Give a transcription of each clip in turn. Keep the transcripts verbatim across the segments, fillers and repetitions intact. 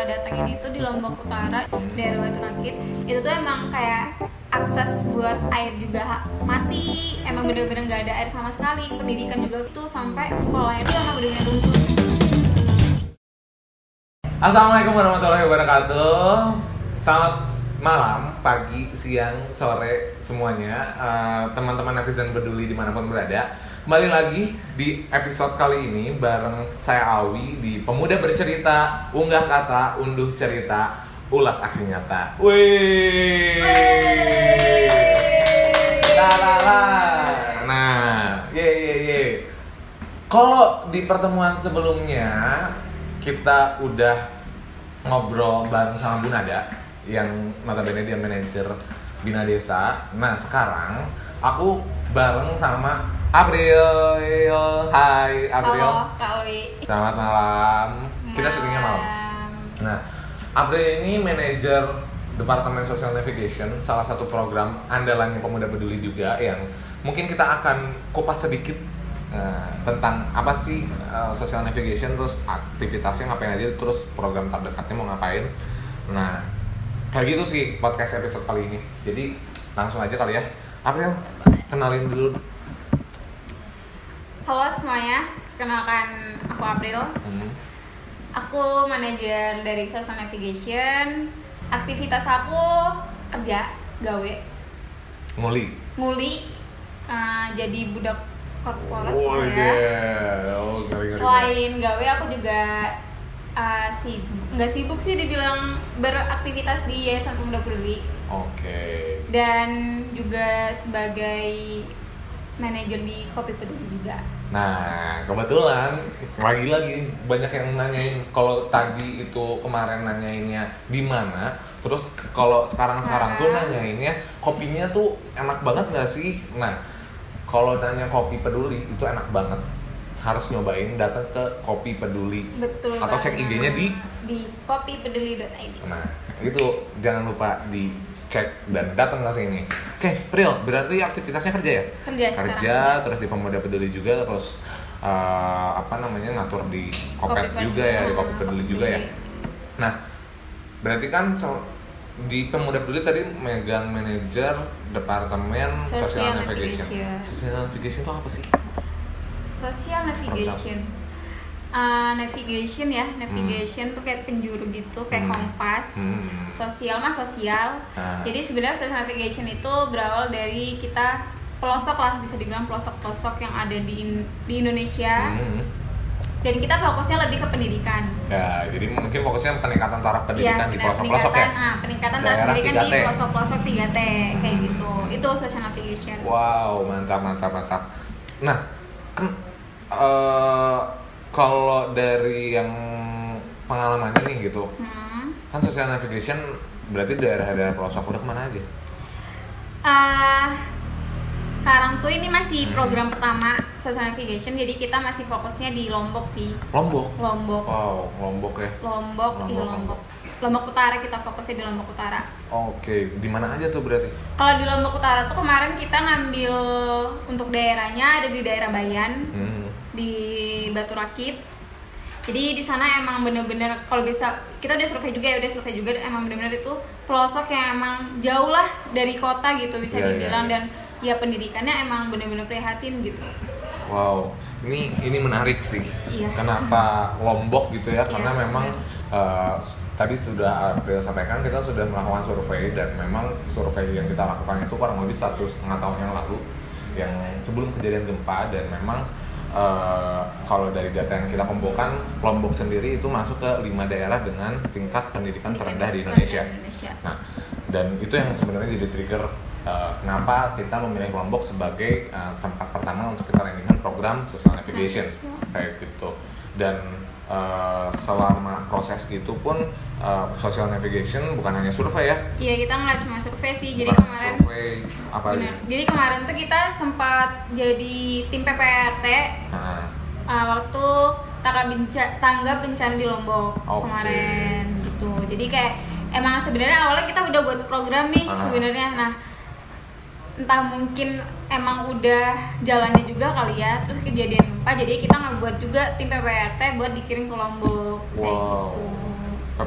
kita datengin itu di Lombok Utara, daerah Batu Rakit. Itu tuh emang kayak akses buat air juga mati, emang bener-bener nggak ada air sama sekali. Pendidikan juga tuh sampai sekolahnya tuh emang bener-bener runtuh. Assalamualaikum warahmatullahi wabarakatuh. Selamat malam, pagi, siang, sore semuanya, uh, teman-teman netizen peduli dimanapun berada. Kembali lagi di episode kali ini bareng saya Alwi di Pemuda Bercerita, Unggah Kata, Unduh Cerita, Ulas Aksi Nyata. Wih, lalala. Nah, ye ye ye. Kalau di pertemuan sebelumnya kita udah ngobrol bareng sama Bu Nada yang notabene dia manajer Bina Desa. Nah sekarang aku bareng sama April. Hai April. Halo Kak Alwi. Selamat malam. Kita syutingnya malam. Nah April ini manajer Departemen Social Navigation, salah satu program andalannya Pemuda Peduli juga, yang mungkin kita akan kupas sedikit Nah, tentang apa sih uh, social navigation, terus aktivitasnya ngapain aja, terus program terdekatnya mau ngapain. Nah, kayak gitu sih podcast episode kali ini. Jadi langsung aja kali ya. April, kenalin dulu. Halo semuanya, kenalkan aku April. Hmm. Aku manajer dari social navigation. Aktivitas aku kerja, gawe, nguli, nguli, uh, jadi budak korporat oh, ya. Yeah. Oh, gari, gari, Selain gawe aku juga uh, sibuk, nggak sibuk sih dibilang beraktivitas di Yayasan Pemuda Peduli. Oke. Okay. Dan juga sebagai manajer di Kopi Peduli juga. Nah, kebetulan lagi-lagi banyak yang nanyain, kalau tadi itu kemarin nanyainnya di mana, terus kalau sekarang-sekarang tuh nanyainnya kopinya tuh enak banget nggak sih? Nah, kalau nanya Kopi Peduli itu enak banget, harus nyobain, datang ke Kopi Peduli. Betul. Atau cek I G-nya di di kopi peduli dot i d. Nah itu jangan lupa dicek dan datang ke sini. Oke, Pril, berarti aktivitasnya kerja ya? Kerja. Kerja sekarang. Terus di Pemuda Peduli juga, terus uh, apa namanya ngatur di Kopet Kopi juga ya, di Kopi Peduli juga ya. Nah berarti kan so, di Pemuda Peduli tadi megang manajer Departemen Social, Social Navigation. Navigation. Social Navigation itu apa sih? Social Navigation. Uh, navigation ya, navigation hmm. tuh kayak penjuru gitu, kayak hmm. kompas. Hmm. Sosial mah sosial. Ah. Jadi sebenarnya social navigation itu berawal dari kita pelosok lah, bisa dibilang pelosok-pelosok yang ada di di Indonesia. Hmm. Dan kita fokusnya lebih ke pendidikan. Ya, jadi mungkin fokusnya peningkatan taraf pendidikan ya, di pelosok-pelosok ya. Nah, peningkatan taraf pendidikan di pelosok-pelosok tiga T kayak gitu. Itu social navigation. Wow, mantap mantap mantap. Nah, kan uh, kalau dari yang pengalamannya nih gitu, hmm. kan social navigation berarti daerah-daerah pelosok udah kemana aja? Uh, sekarang tuh ini masih program hmm. pertama social navigation, jadi kita masih fokusnya di Lombok sih. Lombok? Lombok. Wow, Lombok ya? Lombok, Lombok, iya Lombok. Lombok Utara, kita fokusnya di Lombok Utara. Oke, di mana aja tuh berarti? Kalau di Lombok Utara tuh kemarin kita ngambil untuk daerahnya ada di daerah Bayan, hmm. di Batu Rakit. Jadi di sana emang bener-bener kalau bisa kita udah survei juga ya, udah survei juga emang bener-bener itu pelosok yang emang jauh lah dari kota gitu bisa yeah, dibilang yeah, yeah. Dan ya pendidikannya emang bener-bener prihatin gitu. Wow, ini ini menarik sih. Iya. Kenapa Lombok gitu ya? Karena iya, memang uh, tadi sudah April sampaikan kita sudah melakukan survei, dan memang survei yang kita lakukan itu kurang lebih satu setengah tahun yang lalu, yang sebelum kejadian gempa, dan memang uh, kalau dari data yang kita kumpulkan, Lombok sendiri itu masuk ke lima daerah dengan tingkat pendidikan terendah di Indonesia. Indonesia. Nah, dan itu yang sebenarnya jadi trigger Uh, kenapa kita memilih Lombok sebagai uh, tempat pertama untuk kita landingkan program social navigation kayak gitu. Dan uh, selama proses gitu pun uh, social navigation bukan hanya survei ya? Iya, kita nggak cuma survei sih. Jadi bukan kemarin survei apa bener. Jadi kemarin tuh kita sempat jadi tim P P R T uh-huh. uh, waktu tangga bencana, tangga bencana di Lombok okay. kemarin gitu. Jadi kayak emang sebenarnya awalnya kita udah buat program nih uh-huh. sebenarnya. Nah entah mungkin emang udah jalannya juga kali ya, terus kejadian gempa, jadi kita ngebuat juga tim P P R T buat dikirim ke Lombok. Wow. Gitu. P P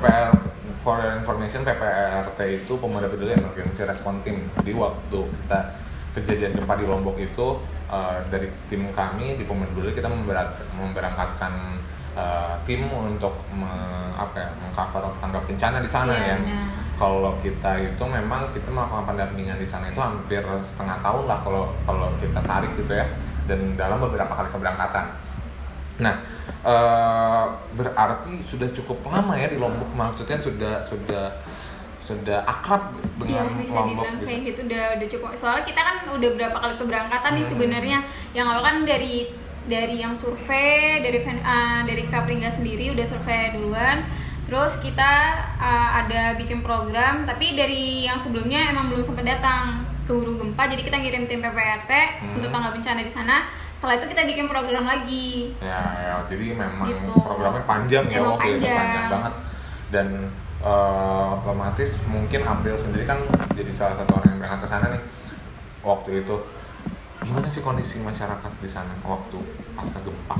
P R for information, P P R T itu Pemuda Peduli Emergency Response Team. Jadi waktu kita kejadian gempa di Lombok itu uh, dari tim kami di Pemuda Peduli kita memberat, memberangkatkan uh, tim untuk me, apa ya, mengcover tanggap bencana di sana ya. ya. Kalau kita itu memang kita melakukan pendampingan di sana itu hampir setengah tahun lah kalau kalau kita tarik gitu ya, dan dalam beberapa kali keberangkatan. Nah, uh, berarti sudah cukup lama ya di Lombok, maksudnya sudah sudah sudah akrab dengan ya, bisa Lombok. Dibilang kayak gitu udah udah cukup. Soalnya kita kan udah berapa kali keberangkatan hmm. nih sebenarnya. Yang awal kan dari dari yang survei dari uh, dari Kapringga sendiri udah survei duluan. Terus kita uh, ada bikin program, tapi dari yang sebelumnya emang belum sempat datang keburu gempa, jadi kita ngirim tim P P R T hmm. untuk tanggap bencana di sana. Setelah itu kita bikin program lagi. Ya, ya jadi memang gitu. Programnya panjang ya, emang waktu panjang. itu panjang banget. Dan uh, otomatis mungkin April sendiri kan jadi salah satu orang yang berangkat ke sana nih. Waktu itu gimana sih kondisi masyarakat di sana waktu pasca gempa?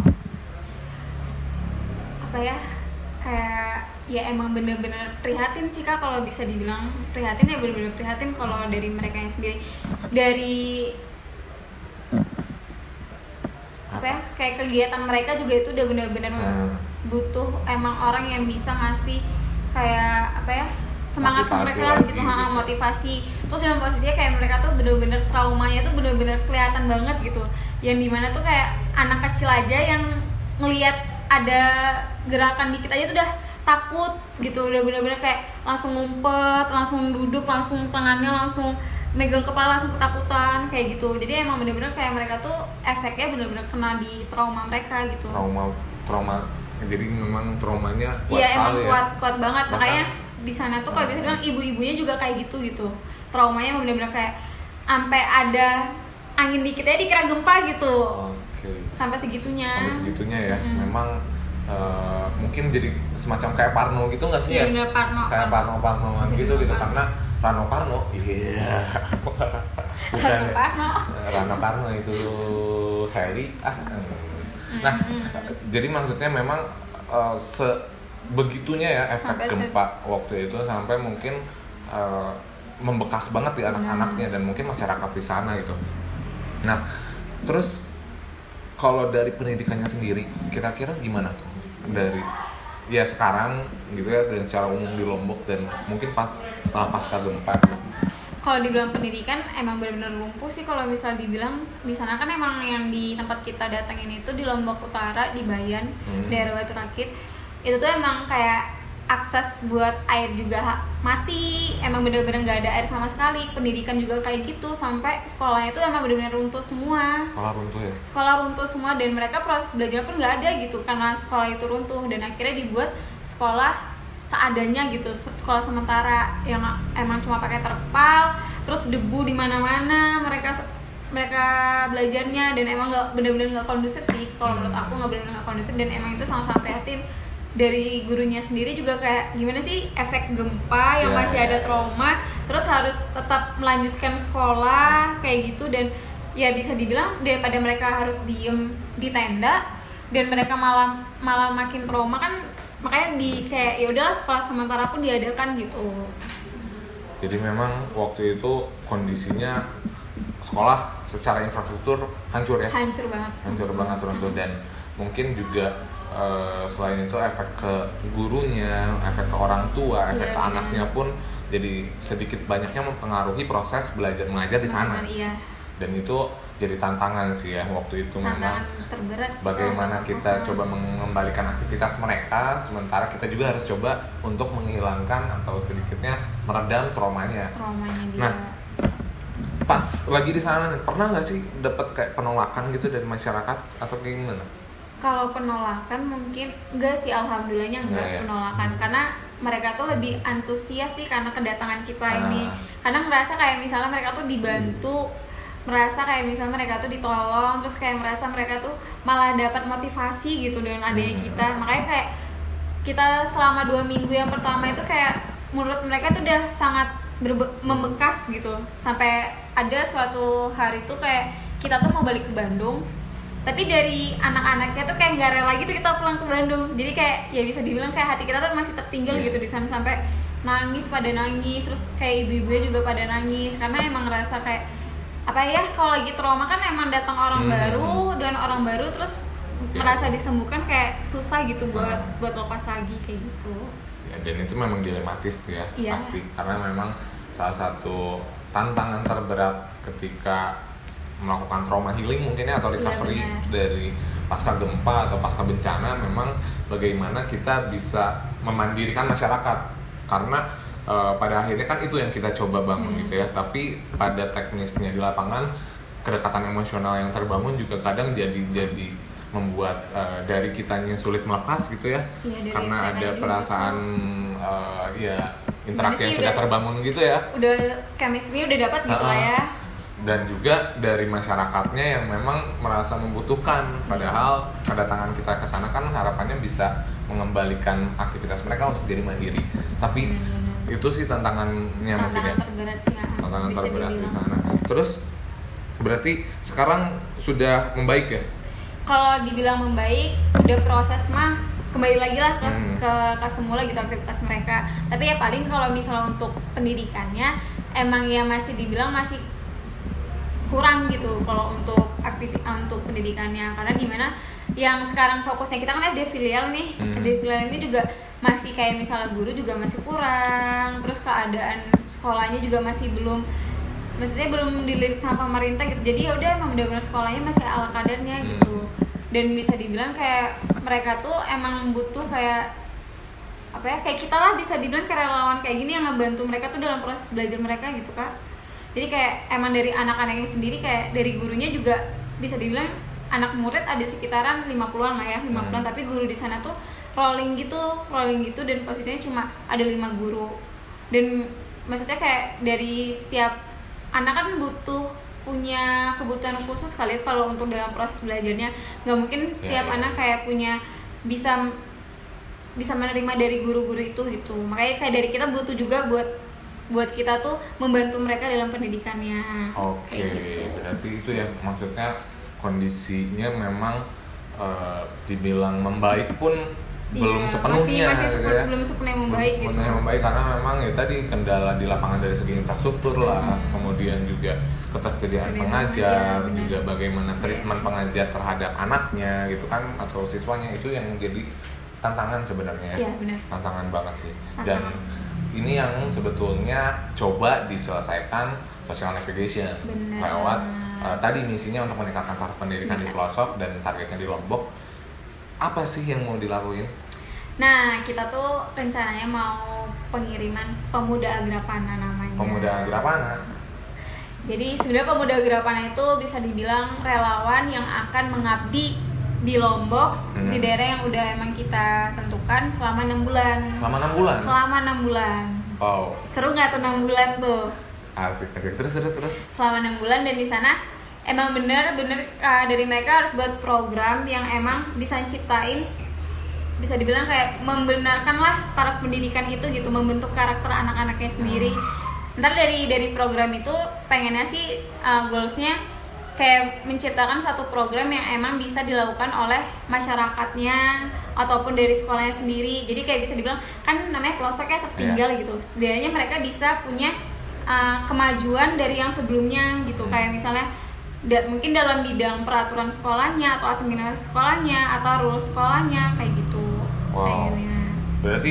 Apa ya? Kayak ya emang bener-bener prihatin sih Kak, kalau bisa dibilang prihatin ya bener-bener prihatin kalau dari mereka yang sendiri. Dari apa ya, kayak kegiatan mereka juga itu udah benar-benar hmm. butuh emang orang yang bisa ngasih kayak apa ya, semangat ke mereka lah gitu, ha, motivasi. Terus yang posisinya kayak mereka tuh benar-benar traumanya tuh benar-benar kelihatan banget gitu, yang dimana tuh kayak anak kecil aja yang ngelihat ada gerakan dikit aja tuh udah takut gitu, udah benar-benar kayak langsung ngumpet, langsung duduk, langsung tangannya langsung megang kepala, langsung ketakutan kayak gitu. Jadi emang bener-bener kayak mereka tuh efeknya bener-bener kena di trauma mereka gitu. Trauma, trauma. Jadi memang traumanya kuat ya, sekali. Iya emang kuat, ya. kuat banget. Bahkan, makanya di sana tuh kalau bisa bilang ibu-ibunya juga kayak gitu gitu. Traumanya bener-bener kayak sampai ada angin dikit aja dikira gempa gitu. Oke. Okay. Sampai segitunya. Sampai segitunya ya. Mm-hmm. Memang uh, mungkin jadi semacam kayak parno gitu nggak sih ya? ya? Parno. Kayak parno-parnoan gitu gitu karena Rano Karno, iya. Rano Karno. Rano Karno itu Heli. Ah. Nah, mm-hmm. jadi maksudnya memang uh, sebegitunya ya efek sampai gempa se- waktu itu sampai mungkin uh, membekas banget di anak-anaknya dan mungkin masyarakat di sana gitu. Nah, terus kalau dari pendidikannya sendiri, kira-kira gimana tuh dari ya sekarang gitu ya, dan secara umum di Lombok dan mungkin pas setelah pasca gempa? Kalau dibilang pendidikan emang benar-benar lumpuh sih kalau misal dibilang. Di sana kan emang yang di tempat kita datangin itu di Lombok Utara, di Bayan, hmm. daerah Batu Rakit. Itu tuh emang kayak akses buat air juga mati, emang benar-benar nggak ada air sama sekali. Pendidikan juga kayak gitu, sampai sekolahnya itu emang benar-benar runtuh semua. Sekolah runtuh ya? Sekolah runtuh semua, dan mereka proses belajar pun nggak ada gitu karena sekolah itu runtuh, dan akhirnya dibuat sekolah seadanya gitu, sekolah sementara yang emang cuma pakai terpal, terus debu di mana-mana mereka mereka belajarnya, dan emang nggak benar-benar nggak kondusif sih kalau menurut aku, nggak benar-benar nggak kondusif, dan emang itu sangat-sangat prihatin. Dari gurunya sendiri juga kayak gimana sih efek gempa yang yeah, masih ada trauma, terus harus tetap melanjutkan sekolah kayak gitu, dan ya bisa dibilang daripada mereka harus diem di tenda dan mereka malah malah makin trauma kan, makanya di kayak ya udahlah sekolah sementara pun diadakan gitu. Jadi memang waktu itu kondisinya sekolah secara infrastruktur hancur ya? Hancur banget. Hancur banget runtuh, dan mungkin juga Uh, selain itu efek ke gurunya, efek ke orang tua, efek yeah, ke yeah. anaknya pun jadi sedikit banyaknya mempengaruhi proses belajar mengajar di sana. Iya. Dan itu jadi tantangan sih ya waktu itu, tantangan memang terberat sih, bagaimana kita apa. coba mengembalikan aktivitas mereka, sementara kita juga harus coba untuk menghilangkan atau sedikitnya meredam traumanya. Traumanya dia. Nah, pas lagi di sana nih, pernah nggak sih dapat kayak penolakan gitu dari masyarakat atau kayak gimana? Kalau penolakan mungkin enggak sih, alhamdulillahnya enggak ya, ya. penolakan, karena mereka tuh lebih antusias sih karena kedatangan kita ah. ini. Karena merasa kayak misalnya mereka tuh dibantu, hmm. merasa kayak misalnya mereka tuh ditolong, terus kayak merasa mereka tuh malah dapat motivasi gitu dengan adanya hmm. kita. Makanya kayak kita selama dua minggu yang pertama itu kayak menurut mereka tuh udah sangat berbe- membekas gitu. Sampai ada suatu hari tuh kayak kita tuh mau balik ke Bandung, tapi dari anak-anaknya tuh kayak nggak rela gitu kita pulang ke Bandung. Jadi kayak ya bisa dibilang kayak hati kita tuh masih tertinggal yeah. gitu di sana, sampai nangis pada nangis, terus kayak ibu-ibunya juga pada nangis karena emang ngerasa kayak apa ya, kalau lagi trauma kan emang datang orang hmm. baru dengan orang baru terus yeah. merasa disembuhkan kayak susah gitu buat hmm. buat lepas lagi kayak gitu. Ya, dan itu memang dilematis tuh ya yeah. pasti, karena memang salah satu tantangan terberat ketika melakukan trauma healing mungkin ya, atau recovery ya, dari pasca gempa atau pasca bencana, memang bagaimana kita bisa memandirikan masyarakat, karena uh, pada akhirnya kan itu yang kita coba bangun hmm. gitu ya. Tapi pada teknisnya di lapangan, kedekatan emosional yang terbangun juga kadang jadi jadi membuat uh, dari kitanya sulit melepas gitu ya, ya karena ada perasaan uh, ya interaksi yang sudah terbangun gitu ya, udah chemistry udah dapat gitu lah ya. Dan juga dari masyarakatnya yang memang merasa membutuhkan, padahal kedatangan kita ke sana kan harapannya bisa mengembalikan aktivitas mereka untuk jadi mandiri. Tapi hmm. itu sih tantangannya tantangan mungkin ya. Terberat sih, tantangan terberat di sana. Terus berarti sekarang sudah membaik ya? Kalau dibilang membaik, udah proses mah kembali lagi lah ke, hmm. ke, ke semula gitu aktivitas mereka. Tapi ya paling kalau misalnya untuk pendidikannya emang ya masih dibilang masih kurang gitu kalau untuk aktivitas untuk pendidikannya, karena dimana yang sekarang fokusnya kita kan S D filial nih, hmm. S D filial ini juga masih kayak misalnya guru juga masih kurang, terus keadaan sekolahnya juga masih belum, maksudnya belum dilirik sama pemerintah gitu. Jadi ya udah emang benar-benar sekolahnya masih ala kadarnya hmm. gitu. Dan bisa dibilang kayak mereka tuh emang butuh kayak apa ya, kayak kita lah bisa dibilang kayak relawan kayak gini yang ngebantu mereka tuh dalam proses belajar mereka gitu Kak. Jadi kayak emang dari anak-anaknya sendiri, kayak dari gurunya juga bisa dibilang anak murid ada sekitaran lima puluhan lah ya, lima puluhan, hmm. tapi guru di sana tuh rolling gitu, rolling gitu dan posisinya cuma ada lima guru. Dan maksudnya kayak dari setiap anak kan butuh punya kebutuhan khusus kali kalau untuk dalam proses belajarnya. Nggak mungkin setiap yeah, yeah. anak kayak punya bisa bisa menerima dari guru-guru itu gitu. Makanya kayak dari kita butuh juga buat buat kita tuh membantu mereka dalam pendidikannya. Oke, gitu. Berarti itu ya maksudnya kondisinya memang uh, dibilang membaik pun iya, belum sepenuhnya, masih, masih gitu sepen, ya. belum sepenuhnya membaik belum sepenuhnya gitu. membaik karena memang ya tadi kendala di lapangan dari segi infrastruktur lah, hmm. kemudian juga ketersediaan Bener, pengajar, bener. juga bagaimana Bener. treatment pengajar terhadap anaknya gitu kan atau siswanya, itu yang menjadi tantangan sebenarnya. Iya, benar. Tantangan banget sih. Tantangan. Dan ini yang sebetulnya coba diselesaikan social navigation Bener. lewat uh, tadi misinya untuk meningkatkan taraf pendidikan Bener. di pelosok dan targetnya di Lombok. Apa sih yang mau dilakuin? Nah, kita tuh rencananya mau pengiriman Pemuda Agrapana namanya. Pemuda Agrapana. Jadi sebenarnya Pemuda Agrapana itu bisa dibilang relawan yang akan mengabdi di Lombok, hmm. di daerah yang udah emang kita tentukan selama enam bulan. Selama enam bulan? Selama enam bulan. Wow. Seru nggak tuh enam bulan tuh? Asik, asik. Terus, terus, terus. Selama enam bulan, dan di sana emang bener-bener uh, dari mereka harus buat program yang emang bisa ciptain, bisa dibilang kayak membenarkan lah taraf pendidikan itu gitu, membentuk karakter anak-anaknya sendiri. Hmm. Ntar dari dari program itu pengennya sih uh, goalsnya kayak menciptakan satu program yang emang bisa dilakukan oleh masyarakatnya ataupun dari sekolahnya sendiri. Jadi kayak bisa dibilang kan namanya pelosok ya tertinggal yeah. gitu. Setidaknya mereka bisa punya uh, kemajuan dari yang sebelumnya gitu. Hmm. Kayak misalnya da- mungkin dalam bidang peraturan sekolahnya atau administrasi sekolahnya atau rules sekolahnya kayak gitu. Wow. Kayaknya. Berarti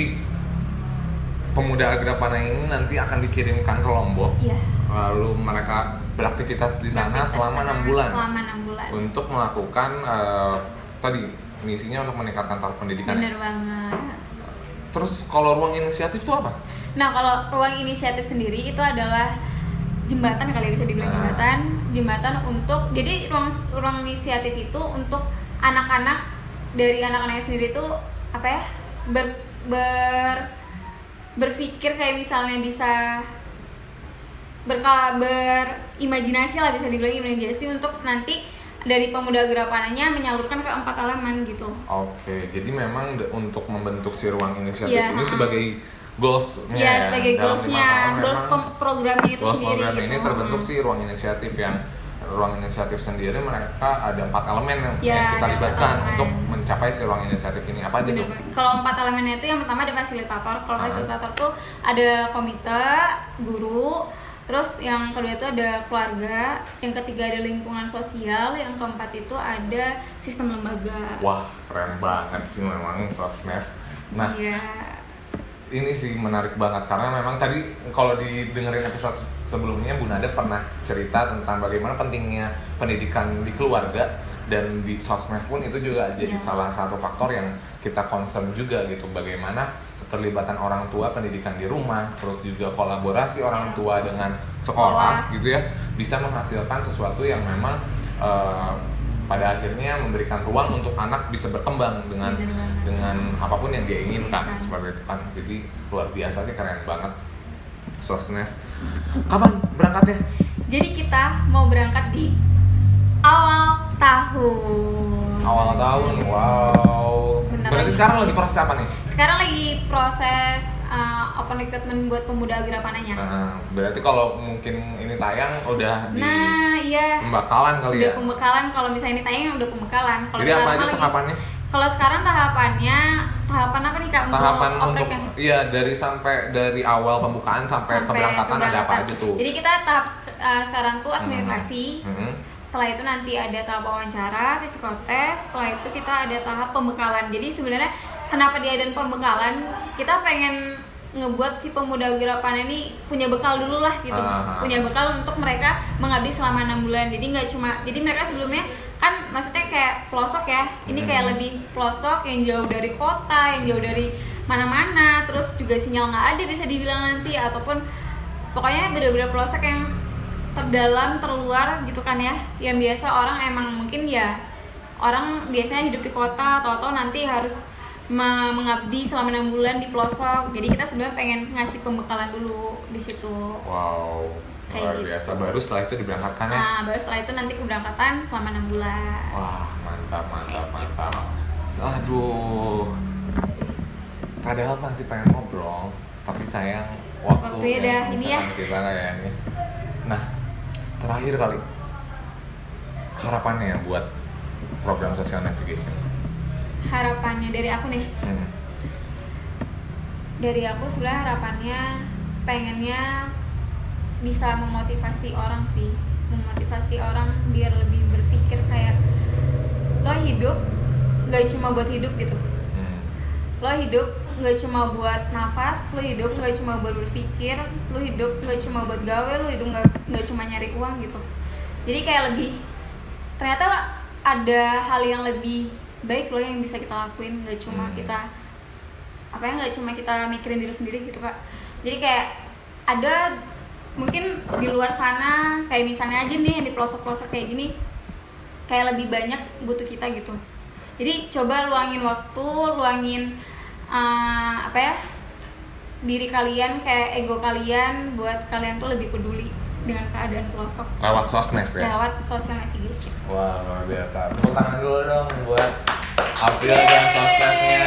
Pemuda Agrapana ini nanti akan dikirimkan ke Lombok. Iya. Yeah. Lalu mereka beraktivitas di sana selama enam bulan. Selama enam bulan. Untuk melakukan uh, tadi misinya untuk meningkatkan taraf pendidikan. Bener ya? banget. Terus kalau ruang inisiatif itu apa? Nah, kalau ruang inisiatif sendiri itu adalah jembatan, kali bisa dibilang nah. jembatan, jembatan untuk jadi ruang ruang inisiatif itu untuk anak-anak, dari anak-anaknya sendiri itu apa ya? ber, ber berpikir kayak misalnya bisa berkala berimajinasi lah, bisa dibilang imajinasi untuk nanti dari Pemuda Agrapananya menyalurkan ke empat halaman gitu. Oke, jadi memang de- untuk membentuk si ruang inisiatif ya, ini uh-huh. sebagai goals-nya. Iya, sebagai goals-nya, goals pem- programnya itu goals sendiri. Program gitu. ini terbentuk hmm. si ruang inisiatif yang ruang inisiatif sendiri mereka ada empat elemen yang, ya, yang kita libatkan untuk mencapai si ruang inisiatif ini. Apa aja tuh? Kalau empat elemennya itu yang pertama ada fasilitator. Kalau uh-huh. fasilitator tuh ada komite, guru, terus yang kedua itu ada keluarga, yang ketiga ada lingkungan sosial, yang keempat itu ada sistem lembaga. Wah, keren banget sih memang Sosnev. Nah, yeah. Ini sih menarik banget karena memang tadi kalau didengerin episode sebelumnya Bu Nada pernah cerita tentang bagaimana pentingnya pendidikan di keluarga, dan di Sosnev pun itu juga jadi yeah. salah satu faktor yang kita concern juga gitu, bagaimana keterlibatan orang tua pendidikan di rumah, terus juga kolaborasi yeah. orang tua dengan sekolah, sekolah gitu ya, bisa menghasilkan sesuatu yang memang uh, pada akhirnya memberikan ruang untuk anak bisa berkembang dengan Benar. dengan apapun yang dia inginkan Benar. seperti itu kan. Jadi luar biasa sih, keren banget Sosnev. Kapan berangkatnya? Jadi kita mau berangkat di awal tahun. Awal tahun, wow. Benar. Berarti lagi. Sekarang lagi proses apa nih? Sekarang lagi proses uh, open recruitment buat pemuda Agrapananya. Nah, berarti kalau mungkin ini tayang udah di nah, iya. pembekalan kali udah ya? Udah pembekalan, kalau misalnya ini tayang udah pembekalan. Kalau jadi apa aja tahapannya? Kalau sekarang tahapannya, tahapan apa nih Kak? Tahapan untuk, untuk iya dari sampai dari awal pembukaan sampai, sampai keberangkatan, keberangkatan ada apa aja tuh? Jadi kita tahap uh, sekarang tuh administrasi. Mm-hmm. Setelah itu nanti ada tahap wawancara, psikotes. Setelah itu kita ada tahap pembekalan. Jadi sebenarnya kenapa diadain pembekalan? Kita pengen ngebuat si pemuda Agrapan ini punya bekal dulu lah gitu. Uh-huh. Punya bekal untuk mereka mengabdi selama enam bulan. Jadi nggak cuma, jadi mereka sebelumnya kan maksudnya kayak pelosok ya. Ini kayak lebih pelosok, yang jauh dari kota, yang jauh dari mana-mana. Terus juga sinyal nggak ada bisa dibilang nanti, ataupun pokoknya bener-bener pelosok yang terdalam, terluar gitu kan ya, yang biasa orang emang mungkin ya orang biasanya hidup di kota, atau nanti harus mengabdi selama enam bulan di pelosok. Jadi kita sebenarnya pengen ngasih pembekalan dulu di situ. Wow, luar gitu. Biasa. Baru setelah itu diberangkatkan ya? Nah, baru setelah itu nanti keberangkatan selama enam bulan. Wah, mantap, mantap, mantap. Aduh, padahal masih pengen ngobrol, tapi sayang waktu waktunya udah ini ya. Kita kayaknya. Nah, terakhir kali, harapannya buat program social navigation. Harapannya dari aku nih, hmm. dari aku sebenarnya harapannya pengennya bisa memotivasi orang sih, memotivasi orang biar lebih berpikir kayak lo hidup nggak cuma buat hidup gitu, hmm. lo hidup nggak cuma buat nafas, lo hidup nggak cuma buat berpikir, lo hidup nggak cuma buat gawe, lo hidup nggak nggak cuma nyari uang gitu. Jadi kayak lebih ternyata ada hal yang lebih baik loh yang bisa kita lakuin, nggak cuma hmm. kita apa ya nggak cuma kita mikirin diri sendiri gitu Kak. Jadi kayak ada mungkin di luar sana kayak misalnya aja nih yang di pelosok-pelosok kayak gini kayak lebih banyak butuh kita gitu. Jadi coba luangin waktu, luangin uh, apa ya diri kalian, kayak ego kalian buat kalian tuh lebih peduli dengan keadaan pelosok. Lewat Sosnev ya? Lewat social navigation. Wah, luar biasa. Tepuk tangan dulu dong buat April dan Sosnevnya.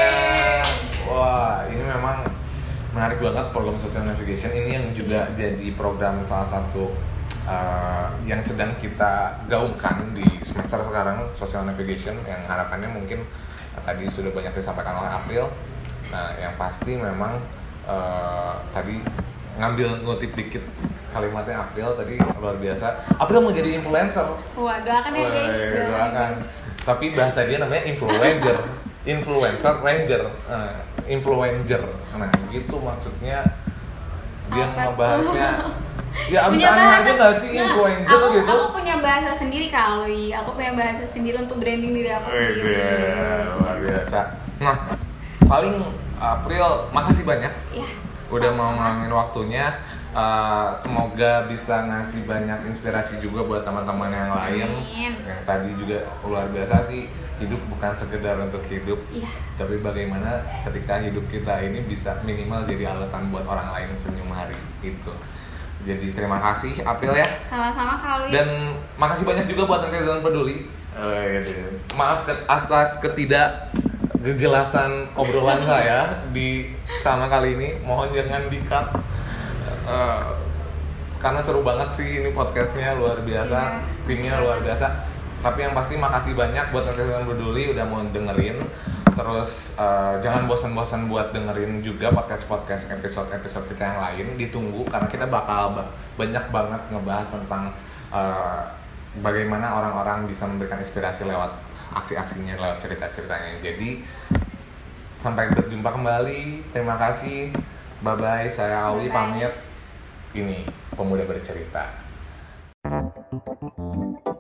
Wah, ini memang menarik banget program social navigation ini, yang juga jadi program salah satu uh, yang sedang kita gaungkan di semester sekarang, social navigation, yang harapannya mungkin uh, tadi sudah banyak disampaikan oleh April. Nah, yang pasti memang uh, tadi ngambil ngutip dikit kalimatnya April tadi, luar biasa. April mau jadi influencer. Wah, doakan ya guys. Doakan. Tapi bahasa dia namanya influencer. Influencer, ranger, uh, influencer. Nah, gitu maksudnya dia ngebahasnya. Ya abis aneh aja nggak sih influencer nah, aku, gitu? Aku punya bahasa sendiri kali. Aku punya bahasa sendiri untuk branding diri aku sendiri. Iya, luar biasa. Nah, paling April, makasih banyak. Ya, udah mau ngulangin waktunya. Uh, semoga bisa ngasih banyak inspirasi juga buat teman-teman yang lain. Amin. Yang tadi juga luar biasa sih, hidup bukan sekedar untuk hidup, iya. tapi bagaimana ketika hidup kita ini bisa minimal jadi alasan buat orang lain senyum hari itu. Jadi terima kasih April ya. Sama-sama Kak. Dan makasih banyak juga buat netizen peduli. Oh, gitu. Maaf atas ketidak kejelasan obrolan saya di sama kali ini. Mohon jangan di-cut. Uh, karena seru banget sih ini podcastnya, luar biasa, yeah. timnya luar biasa. Tapi yang pasti makasih banyak buat netizen peduli udah mau dengerin. Terus uh, jangan bosan-bosan buat dengerin juga podcast-podcast episode-episode kita yang lain. Ditunggu karena kita bakal banyak banget ngebahas tentang uh, bagaimana orang-orang bisa memberikan inspirasi lewat aksi-aksinya, lewat cerita-ceritanya. Jadi sampai berjumpa kembali. Terima kasih. Bye-bye. Saya Awi pamit. Ini Pemuda Bercerita.